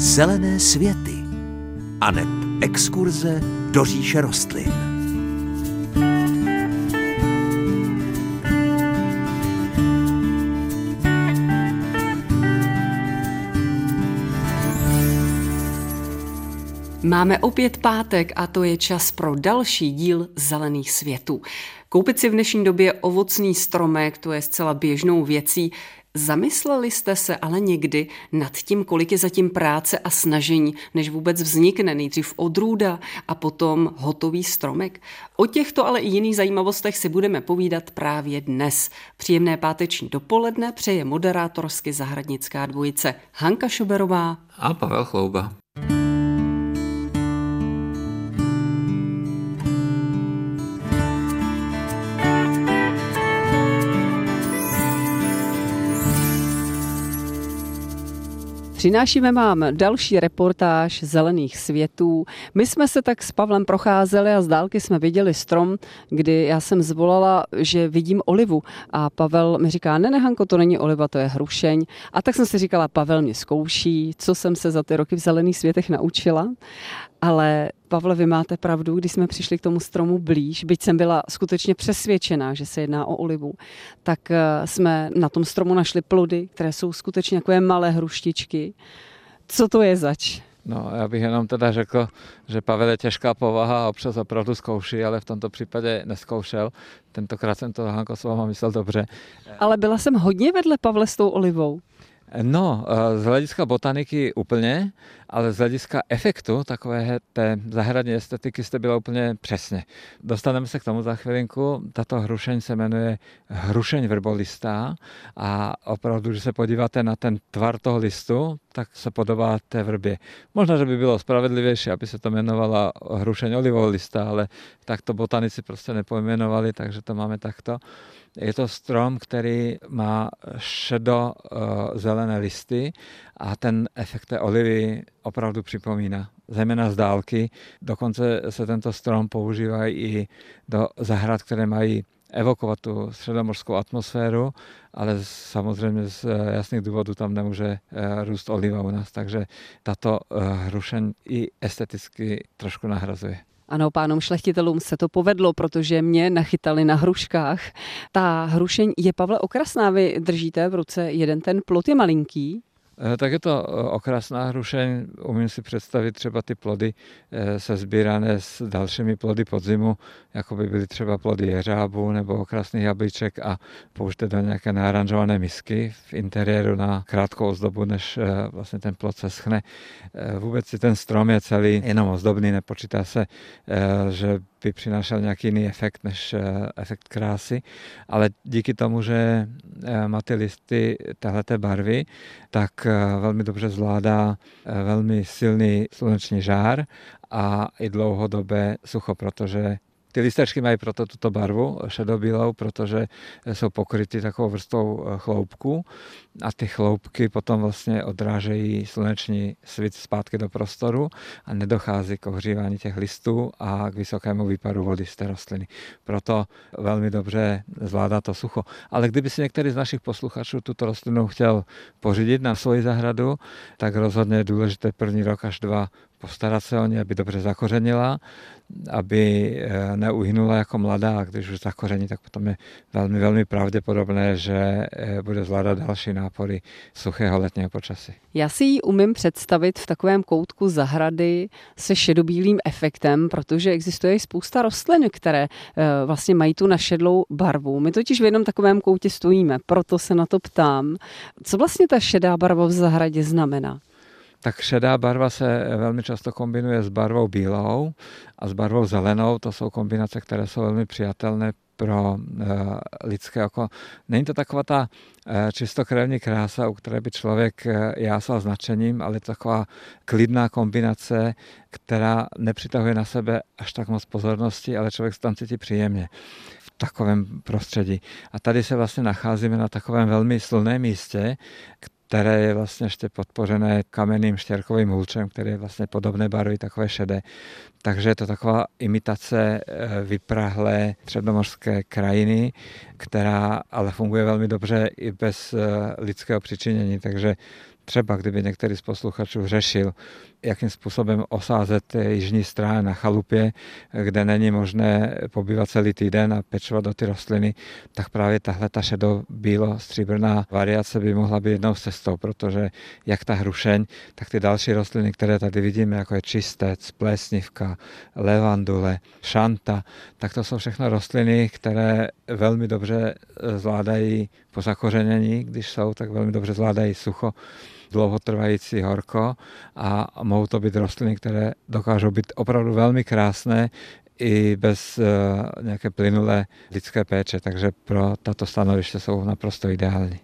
Zelené světy aneb exkurze do říše rostlin. Máme opět pátek a to je čas pro další díl Zelených světů. Koupit si v dnešní době ovocný stromek, to je zcela běžnou věcí. Zamysleli jste se ale někdy nad tím, kolik je zatím práce a snažení, než vůbec vznikne nejdřív odrůda a potom hotový stromek? O těchto, ale i jiných zajímavostech si budeme povídat právě dnes. Příjemné páteční dopoledne přeje moderátorsky zahradnická dvojice Hanka Šoberová a Pavel Chlouba. Přinášíme vám další reportáž Zelených světů. My jsme se tak s Pavlem procházeli a z dálky jsme viděli strom, kdy já jsem zvolala, že vidím olivu. A Pavel mi říká, ne Hanko, to není oliva, to je hrušeň. A tak jsem si říkala, Pavel mě zkouší, co jsem se za ty roky v Zelených světech naučila. Ale Pavle, vy máte pravdu, když jsme přišli k tomu stromu blíž, byť jsem byla skutečně přesvědčená, že se jedná o olivu, tak jsme na tom stromu našli plody, které jsou skutečně takové malé hruštičky. Co to je zač? No, já bych jenom teda řekl, že Pavel je těžká povaha a občas opravdu zkouší, ale v tomto případě neskoušel. Tentokrát jsem to, Hanko, s váma myslel dobře. Ale byla jsem hodně vedle Pavle s tou olivou. No, z hlediska botaniky úplně, ale z hlediska efektu takové té zahradní estetiky jste byla úplně přesně. Dostaneme se k tomu za chvilinku. Tato hrušeň se jmenuje hrušeň vrbolistá a opravdu, když se podíváte na ten tvar toho listu, tak se podobá té vrbě. Možná, že by bylo spravedlivější, aby se to jmenovala hrušeň olivolistá, ale tak to botanici prostě nepojmenovali, takže to máme takto. Je to strom, který má šedo-zelené listy a ten efekt té olivy opravdu připomíná, zejména z dálky. Dokonce se tento strom používá i do zahrad, které mají evokovat tu středomořskou atmosféru, ale samozřejmě z jasných důvodů tam nemůže růst oliva u nás, takže tato hrušeň i esteticky trošku nahrazuje. Ano, pánům šlechtitelům se to povedlo, protože mě nachytali na hruškách. Ta hrušeň je, Pavle, okrasná. Vy držíte v ruce jeden ten plod, je malinký. Tak je to okrasná hrušeň, umím si představit třeba ty plody se sbírané s dalšími plody podzimu, jako by byly třeba plody jeřábu nebo okrasných jablíček a použijte do nějaké naranžované misky v interiéru na krátkou ozdobu, než vlastně ten plod se schne. Vůbec si ten strom je celý jenom ozdobný, nepočítá se, že by přinášel nějaký jiný efekt než efekt krásy, ale díky tomu, že má ty listy téhleté barvy, tak velmi dobře zvládá velmi silný sluneční žár a i dlouhodobé sucho, protože ty listečky mají proto tuto barvu šedobílou, protože jsou pokryty takovou vrstvou chloupku a ty chloupky potom vlastně odrážejí sluneční svit zpátky do prostoru a nedochází k ohřívání těch listů a k vysokému výparu vody z té rostliny. Proto velmi dobře zvládá to sucho. Ale kdyby si některý z našich posluchačů tuto rostlinu chtěl pořídit na svoji zahradu, tak rozhodně je důležité první rok až 2 postarat se o ně, aby dobře zakořenila, aby neuhynula jako mladá, a když už zakoření, tak potom je velmi, velmi pravděpodobné, že bude zvládat další nápory suchého letního počasí. Já si ji umím představit v takovém koutku zahrady se šedobílým efektem, protože existuje i spousta rostlin, které vlastně mají tu našedlou barvu. My totiž v jednom takovém koutě stojíme, proto se na to ptám. Co vlastně ta šedá barva v zahradě znamená? Tak šedá barva se velmi často kombinuje s barvou bílou a s barvou zelenou. To jsou kombinace, které jsou velmi přijatelné pro lidské oko. Není to taková ta čistokrevní krása, u které by člověk jásal značením, ale taková klidná kombinace, která nepřitahuje na sebe až tak moc pozornosti, ale člověk se tam cítí příjemně v takovém prostředí. A tady se vlastně nacházíme na takovém velmi silném místě, které je vlastně ještě podpořené kamenným štěrkovým hůlčem, který je vlastně podobné barvy, takové šedé. Takže je to taková imitace vyprahlé středomořské krajiny, která ale funguje velmi dobře i bez lidského přičinění. Takže třeba kdyby některý z posluchačů řešil, jakým způsobem osázet jižní strany na chalupě, kde není možné pobývat celý týden a pečovat o ty rostliny, tak právě tahle ta šedo-bílo-stříbrná variace by mohla být jednou z cestou, protože jak ta hrušeň, tak ty další rostliny, které tady vidíme, jako je čistec, plesnivka, levandule, šanta, tak to jsou všechno rostliny, které velmi dobře zvládají po zakořenění, když jsou, tak velmi dobře zvládají sucho, dlouhotrvající horko a mohou to být rostliny, které dokážou být opravdu velmi krásné i bez nějaké plynulé lidské péče, takže pro tato stanoviště jsou naprosto ideální.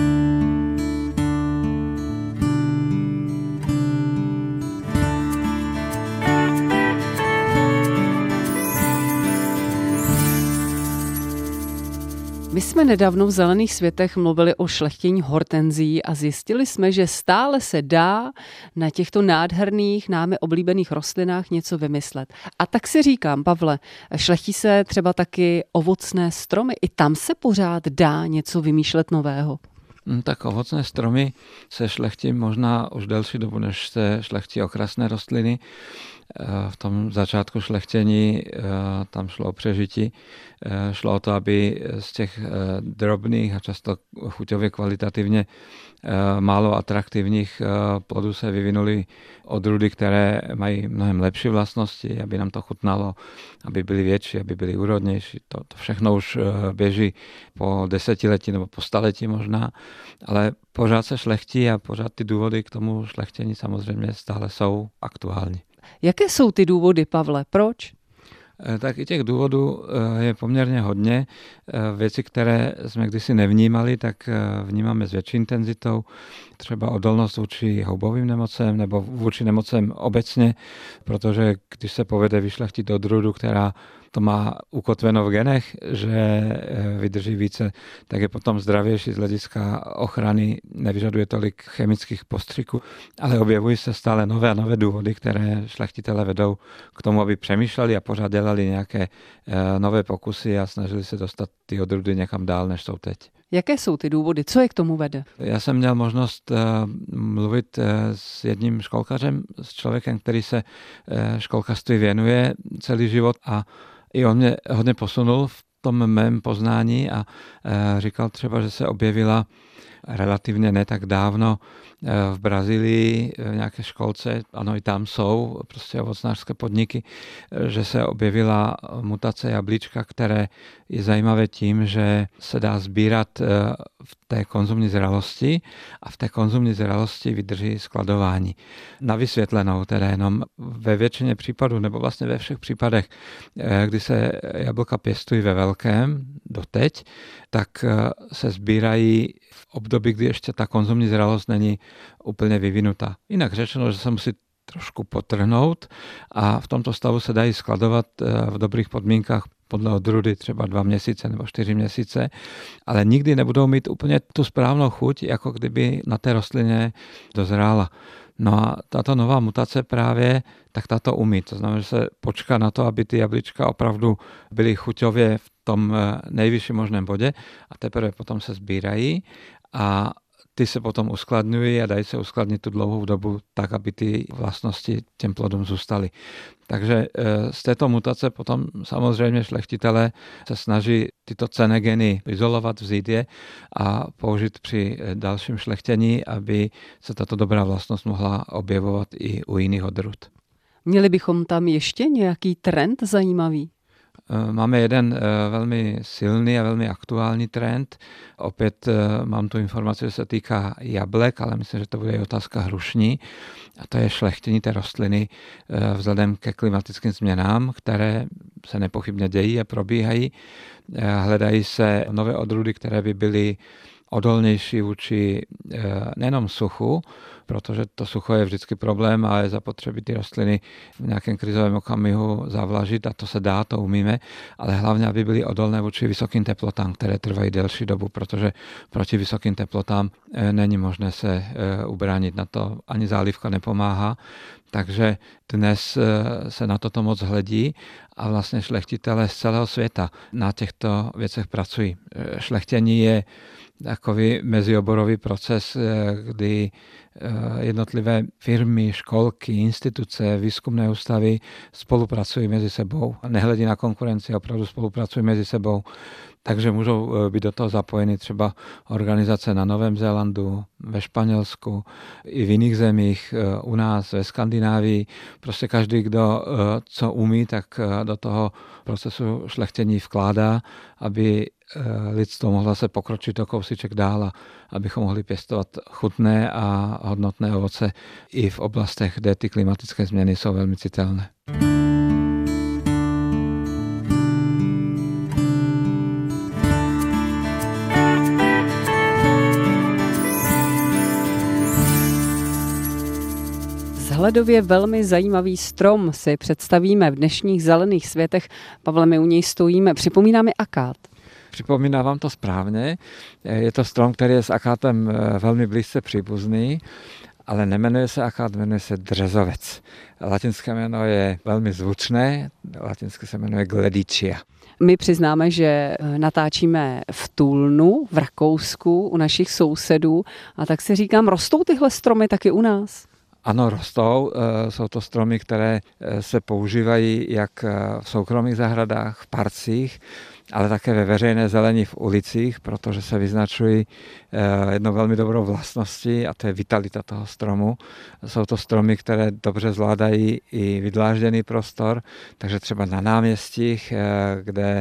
My jsme nedávno v Zelených světech mluvili o šlechtění hortenzí a zjistili jsme, že stále se dá na těchto nádherných, námi oblíbených rostlinách něco vymyslet. A tak si říkám, Pavle, šlechtí se třeba taky ovocné stromy. I tam se pořád dá něco vymýšlet nového. Tak ovocné stromy se šlechtí možná už delší dobu, než se šlechtí okrasné rostliny. V tom začátku šlechtění tam šlo o přežití. Šlo o to, aby z těch drobných a často chuťově kvalitativně málo atraktivních plodů se vyvinuly odrůdy, které mají mnohem lepší vlastnosti, aby nám to chutnalo, aby byly větší, aby byly úrodnější. To všechno už běží po desetiletí nebo po staletí možná, ale pořád se šlechtí a pořád ty důvody k tomu šlechtění samozřejmě stále jsou aktuální. Jaké jsou ty důvody, Pavle? Proč? Tak i těch důvodů je poměrně hodně. Věci, které jsme kdysi nevnímali, tak vnímáme s větší intenzitou. Třeba odolnost vůči houbovým nemocem nebo vůči nemocem obecně, protože když se povede vyšlechtit odrůdu, která to má ukotveno v genech, že vydrží více, tak je potom zdravější z hlediska ochrany, nevyžaduje tolik chemických postřiků, ale objevují se stále nové a nové důvody, které šlechtitele vedou k tomu, aby přemýšleli a pořád dělali nějaké nové pokusy a snažili se dostat ty odrůdy někam dál, než jsou teď. Jaké jsou ty důvody? Co je k tomu vede? Já jsem měl možnost mluvit s jedním školkařem, s člověkem, který se školkařství věnuje celý život a i on mě hodně posunul v tom mém poznání a říkal třeba, že se objevila relativně ne tak dávno v Brazílii v nějaké školce, ano, i tam jsou prostě ovocnářské podniky, že se objevila mutace jablíčka, které je zajímavé tím, že se dá sbírat v té konzumní zralosti a v té konzumní zralosti vydrží skladování. Na vysvětlenou teda jenom ve většině případů, nebo vlastně ve všech případech, kdy se jablka pěstují ve velkém doteď, tak se sbírají v období, kdy ještě ta konzumní zralost není úplně vyvinutá. Jinak řečeno, že se musí trošku potrhnout a v tomto stavu se dají skladovat v dobrých podmínkách podle odrůdy třeba 2 měsíce nebo 4 měsíce, ale nikdy nebudou mít úplně tu správnou chuť, jako kdyby na té rostlině dozrála. No a tato nová mutace právě, tak tato umí. To znamená, že se počká na to, aby ty jablíčka opravdu byly chuťově v tom nejvyšším možném bodě a teprve potom se sbírají a ty se potom uskladňují a dají se uskladnit tu dlouhou dobu tak, aby ty vlastnosti těm plodům zůstaly. Takže z této mutace potom samozřejmě šlechtitelé se snaží tyto cenné geny izolovat, vzít je a použít při dalším šlechtění, aby se tato dobrá vlastnost mohla objevovat i u jiných odrůd. Měli bychom tam ještě nějaký trend zajímavý? Máme jeden velmi silný a velmi aktuální trend. Opět mám tu informaci, že se týká jablek, ale myslím, že to bude i otázka hrušní. A to je šlechtění té rostliny vzhledem ke klimatickým změnám, které se nepochybně dějí a probíhají. Hledají se nové odrůdy, které by byly odolnější vůči nejenom suchu, protože to sucho je vždycky problém a je zapotřebí ty rostliny v nějakém krizovém okamihu zavlažit a to se dá, to umíme, ale hlavně, aby byly odolné vůči vysokým teplotám, které trvají delší dobu, protože proti vysokým teplotám není možné se ubránit, na to ani zálivka nepomáhá. Takže dnes se na toto moc hledí a vlastně šlechtitelé z celého světa na těchto věcech pracují. Šlechtění je takový mezioborový proces, kdy jednotlivé firmy, školky, instituce, výzkumné ústavy spolupracují mezi sebou. Nehledí na konkurenci, opravdu spolupracují mezi sebou. Takže můžou být do toho zapojeny třeba organizace na Novém Zélandu, ve Španělsku, i v jiných zemích, u nás, ve Skandinávii. Prostě každý, kdo co umí, tak do toho procesu šlechtění vkládá, aby lidstvo mohlo se pokročit o kousíček dál a abychom mohli pěstovat chutné a hodnotné ovoce i v oblastech, kde ty klimatické změny jsou velmi citelné. Vzhledově velmi zajímavý strom si představíme v dnešních zelených světech. Pavle, my u něj stojíme. Připomíná mi akát. Připomíná vám to správně. Je to strom, který je s akátem velmi blízce příbuzný, ale nemenuje se akát, jmenuje se dřezovec. Latinské jméno je velmi zvučné, latinsky se jmenuje Gledicia. My přiznáme, že natáčíme v Tulnu, v Rakousku, u našich sousedů, a tak si říkám, rostou tyhle stromy taky u nás? Ano, rostou. Jsou to stromy, které se používají jak v soukromých zahradách, v parcích, ale také ve veřejné zelení v ulicích, protože se vyznačují jednou velmi dobrou vlastností a to je vitalita toho stromu. Jsou to stromy, které dobře zvládají i vydlážděný prostor, takže třeba na náměstích, kde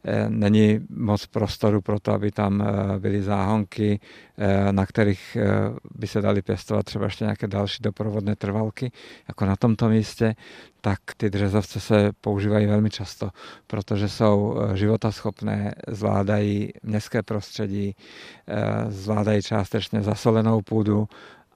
není moc prostoru pro to, aby tam byly záhonky, na kterých by se daly pěstovat třeba ještě nějaké další doprovodné trvalky, jako na tomto místě, tak ty dřezovce se používají velmi často, protože jsou životaschopné, zvládají městské prostředí, zvládají částečně zasolenou půdu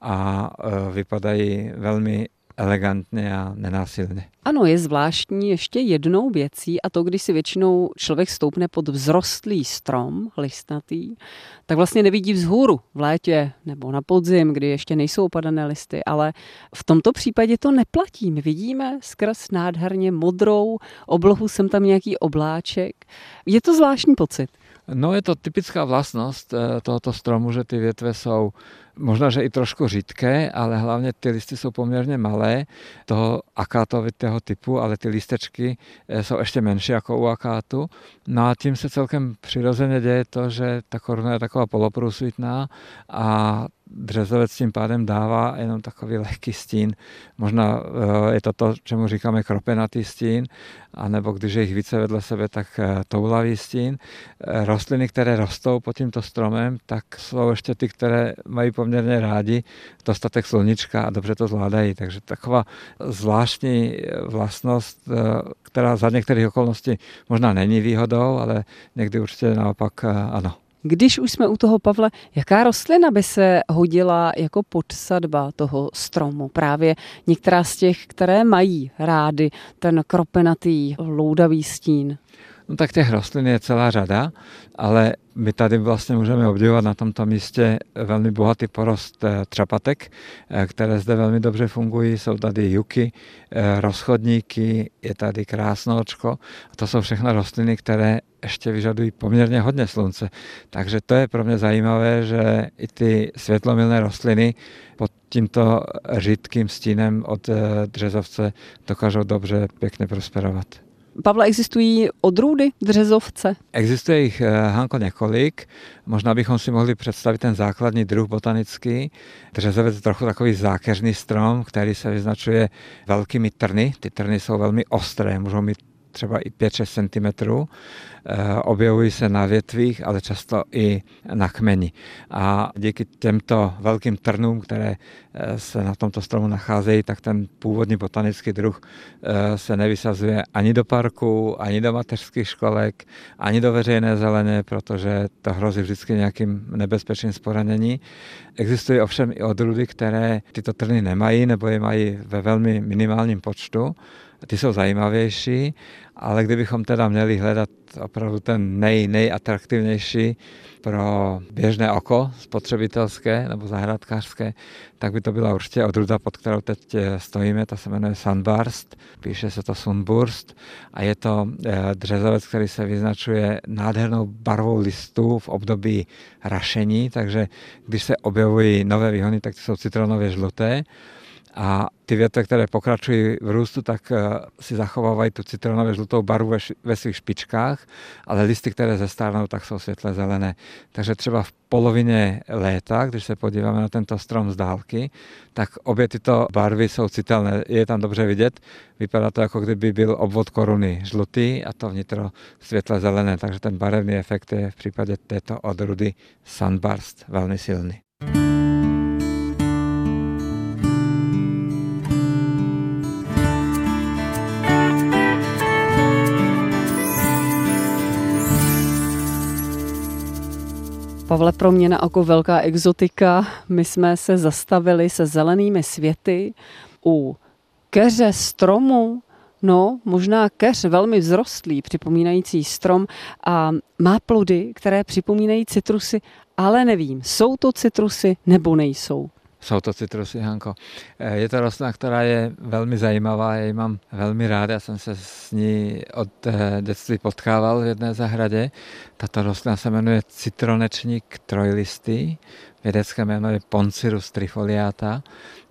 a vypadají velmi elegantně a nenásilně. Ano, je zvláštní ještě jednou věcí a to, když si většinou člověk stoupne pod vzrostlý strom, listnatý, tak vlastně nevidí vzhůru v létě nebo na podzim, kdy ještě nejsou opadané listy, ale v tomto případě to neplatí. My vidíme skrz nádherně modrou oblohu, sem tam nějaký obláček. Je to zvláštní pocit. No, je to typická vlastnost tohoto stromu, že ty větve jsou možná, že i trošku řídké, ale hlavně ty listy jsou poměrně malé, toho akátovitého typu, ale ty lístečky jsou ještě menší jako u akátu. No a tím se celkem přirozeně děje to, že ta koruna je taková poloprůsvitná a dřezovec tím pádem dává jenom takový lehký stín. Možná je to, čemu říkáme kropenatý stín, anebo když je jich více vedle sebe, tak toulavý stín. Rostliny, které rostou pod tímto stromem, tak jsou ještě ty, které mají poměrně rádi dostatek sluníčka a dobře to zvládají. Takže taková zvláštní vlastnost, která za některých okolností možná není výhodou, ale někdy určitě naopak ano. Když už jsme u toho, Pavle, jaká rostlina by se hodila jako podsadba toho stromu? Právě některá z těch, které mají rády ten kropenatý, loudavý stín. No tak těch rostlin je celá řada, ale my tady vlastně můžeme obdivovat na tomto místě velmi bohatý porost třapatek, které zde velmi dobře fungují. Jsou tady juky, rozchodníky, je tady krásnočko. A to jsou všechno rostliny, které ještě vyžadují poměrně hodně slunce. Takže to je pro mě zajímavé, že i ty světlomilné rostliny pod tímto řídkým stínem od dřezovce dokážou dobře, pěkně prosperovat. Pavle, existují odrůdy dřezovce? Existuje jich, Hanko, několik. Možná bychom si mohli představit ten základní druh botanický. Dřezovec je trochu takový zákeřný strom, který se vyznačuje velkými trny. Ty trny jsou velmi ostré, můžou mít třeba i 5-6 cm. Objevují se na větvích, ale často i na kmeni. A díky těmto velkým trnům, které se na tomto stromu nacházejí, tak ten původní botanický druh se nevysazuje ani do parku, ani do mateřských školek, ani do veřejné zeleně, protože to hrozí vždycky nějakým nebezpečným poranění. Existují ovšem i odrůdy, které tyto trny nemají nebo je mají ve velmi minimálním počtu. Ty jsou zajímavější ale kdybychom teda měli hledat opravdu ten nejatraktivnější pro běžné oko spotřebitelské nebo zahrádkářské, tak by to byla určitě odrůda, pod kterou teď stojíme, ta se jmenuje Sunburst, píše se to Sunburst a je to dřezovec, který se vyznačuje nádhernou barvou listů v období rašení, takže když se objevují nové výhony, tak ty jsou citronově žluté. A ty větve, které pokračují v růstu, tak si zachovávají tu citronově žlutou barvu ve svých špičkách, ale listy, které zestárnou, tak jsou světle zelené. Takže třeba v polovině léta, když se podíváme na tento strom z dálky, tak obě tyto barvy jsou citelné. Je tam dobře vidět, vypadá to, jako kdyby byl obvod koruny žlutý a to vnitro světle zelené, takže ten barevný efekt je v případě této odrůdy Sunburst velmi silný. Pavle, pro mě na oko velká exotika. My jsme se zastavili se zelenými světy u keře stromu, no možná keř velmi vzrostlý, připomínající strom a má plody, které připomínají citrusy, ale nevím, jsou to citrusy nebo nejsou. Jsou to citrusy, Hanko. Je to rostlina, která je velmi zajímavá, já ji mám velmi rád, já jsem se s ní od dětství potkával v jedné zahradě. Tato rostlina se jmenuje citronečník trojlistý, vědecké jméno je Poncirus trifoliata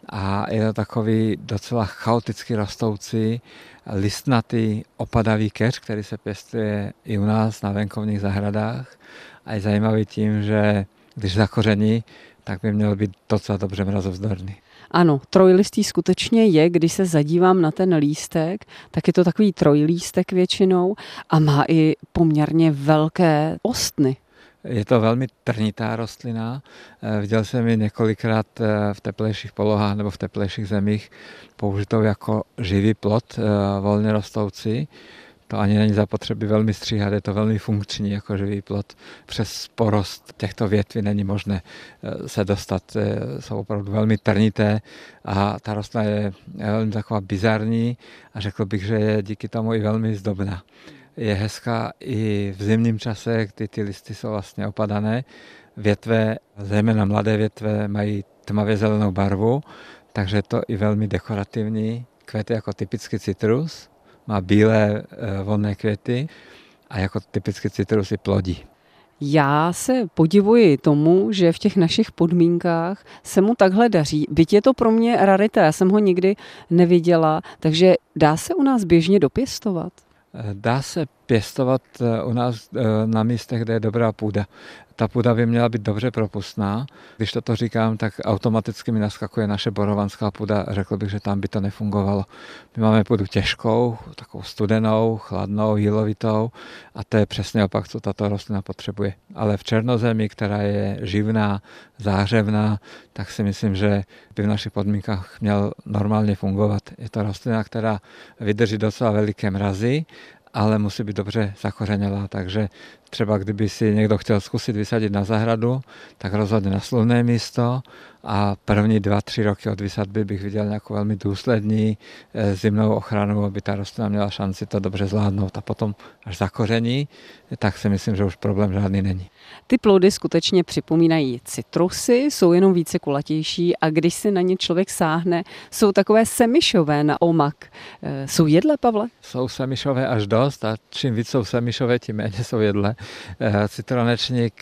a je to takový docela chaoticky rostoucí, listnatý, opadavý keř, který se pěstuje i u nás na venkovních zahradách a je zajímavý tím, že když zakoření, tak by měl být docela dobře mrazovzdorný. Ano, trojlistý skutečně je, když se zadívám na ten lístek, tak je to takový trojlístek většinou a má i poměrně velké ostny. Je to velmi trnitá rostlina. Viděl jsem ji několikrát v teplejších polohách nebo v teplejších zemích použitou jako živý plod, volně rostoucí. To ani není zapotřebí velmi stříhat, je to velmi funkční jako živý plod. Přes porost těchto větví není možné se dostat, jsou opravdu velmi trnité a ta rostlina je velmi taková bizarní a řekl bych, že je díky tomu i velmi zdobná. Je hezká i v zimním čase, kdy ty listy jsou vlastně opadané. Větve, zejména mladé větve, mají tmavě zelenou barvu, takže je to i velmi dekorativní. Kvete jako typický citrus. Má bílé vonné květy a jako typicky citrusy plodí. Já se podivuji tomu, že v těch našich podmínkách se mu takhle daří. Byť je to pro mě rarita, já jsem ho nikdy neviděla, takže dá se u nás běžně dopěstovat? Dá se pěstovat u nás na místech, kde je dobrá půda. Ta půda by měla být dobře propustná. Když toto říkám, tak automaticky mi naskakuje naše borovanská půda. Řekl bych, že tam by to nefungovalo. My máme půdu těžkou, takovou studenou, chladnou, jílovitou a to je přesně opak, co tato rostlina potřebuje. Ale v černozemi, která je živná, zářevná, tak si myslím, že by v našich podmínkách měl normálně fungovat. Je to rostlina, která vydrží docela veliké mrazy, ale musí být dobře zakořenělá, takže třeba kdyby si někdo chtěl zkusit vysadit na zahradu, tak rozhodně na slunné místo a první 2-3 roky od vysadby bych viděl nějakou velmi důslední zimnou ochranu, aby ta rostlina měla šanci to dobře zvládnout a potom až zakoření, tak si myslím, že už problém žádný není. Ty plody skutečně připomínají citrusy, jsou jenom více kulatější a když si na ně člověk sáhne, jsou takové semišové na omak. Jsou jedlé, Pavle? Jsou semišové až dost a čím víc jsou semišové, tím méně jsou jedlé. Citronečník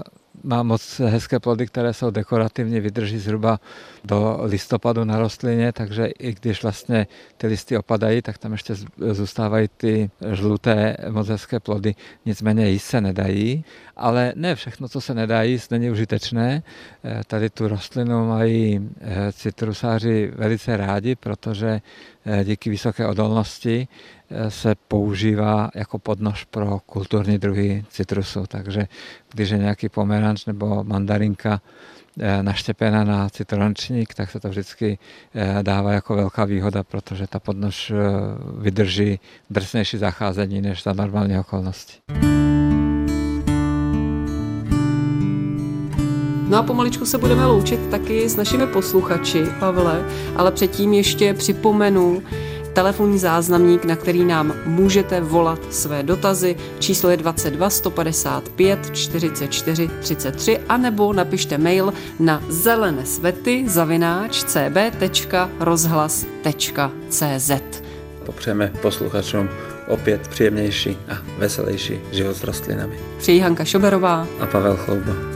má moc hezké plody, které jsou dekorativní, vydrží zhruba do listopadu na rostlině, takže i když vlastně ty listy opadají, tak tam ještě zůstávají ty žluté moc hezké plody, nicméně jíst se nedají, ale ne všechno, co se nedá jíst, není užitečné. Tady tu rostlinu mají citrusáři velice rádi, protože díky vysoké odolnosti se používá jako podnož pro kulturní druhy citrusu. Takže když je nějaký pomeranč nebo mandarinka naštěpena na citronečník, tak se to vždycky dává jako velká výhoda, protože ta podnož vydrží drsnější zacházení než za normální okolnosti. No a pomaličku se budeme loučit taky s našimi posluchači, Pavle, ale předtím ještě připomenu telefonní záznamník, na který nám můžete volat své dotazy. Číslo je 22 155 44 33 anebo napište mail na zelenesvety@cb.rozhlas.cz. Popřejeme posluchačům opět příjemnější a veselější život s rostlinami. Přeji Hanka Šoberová a Pavel Chlouba.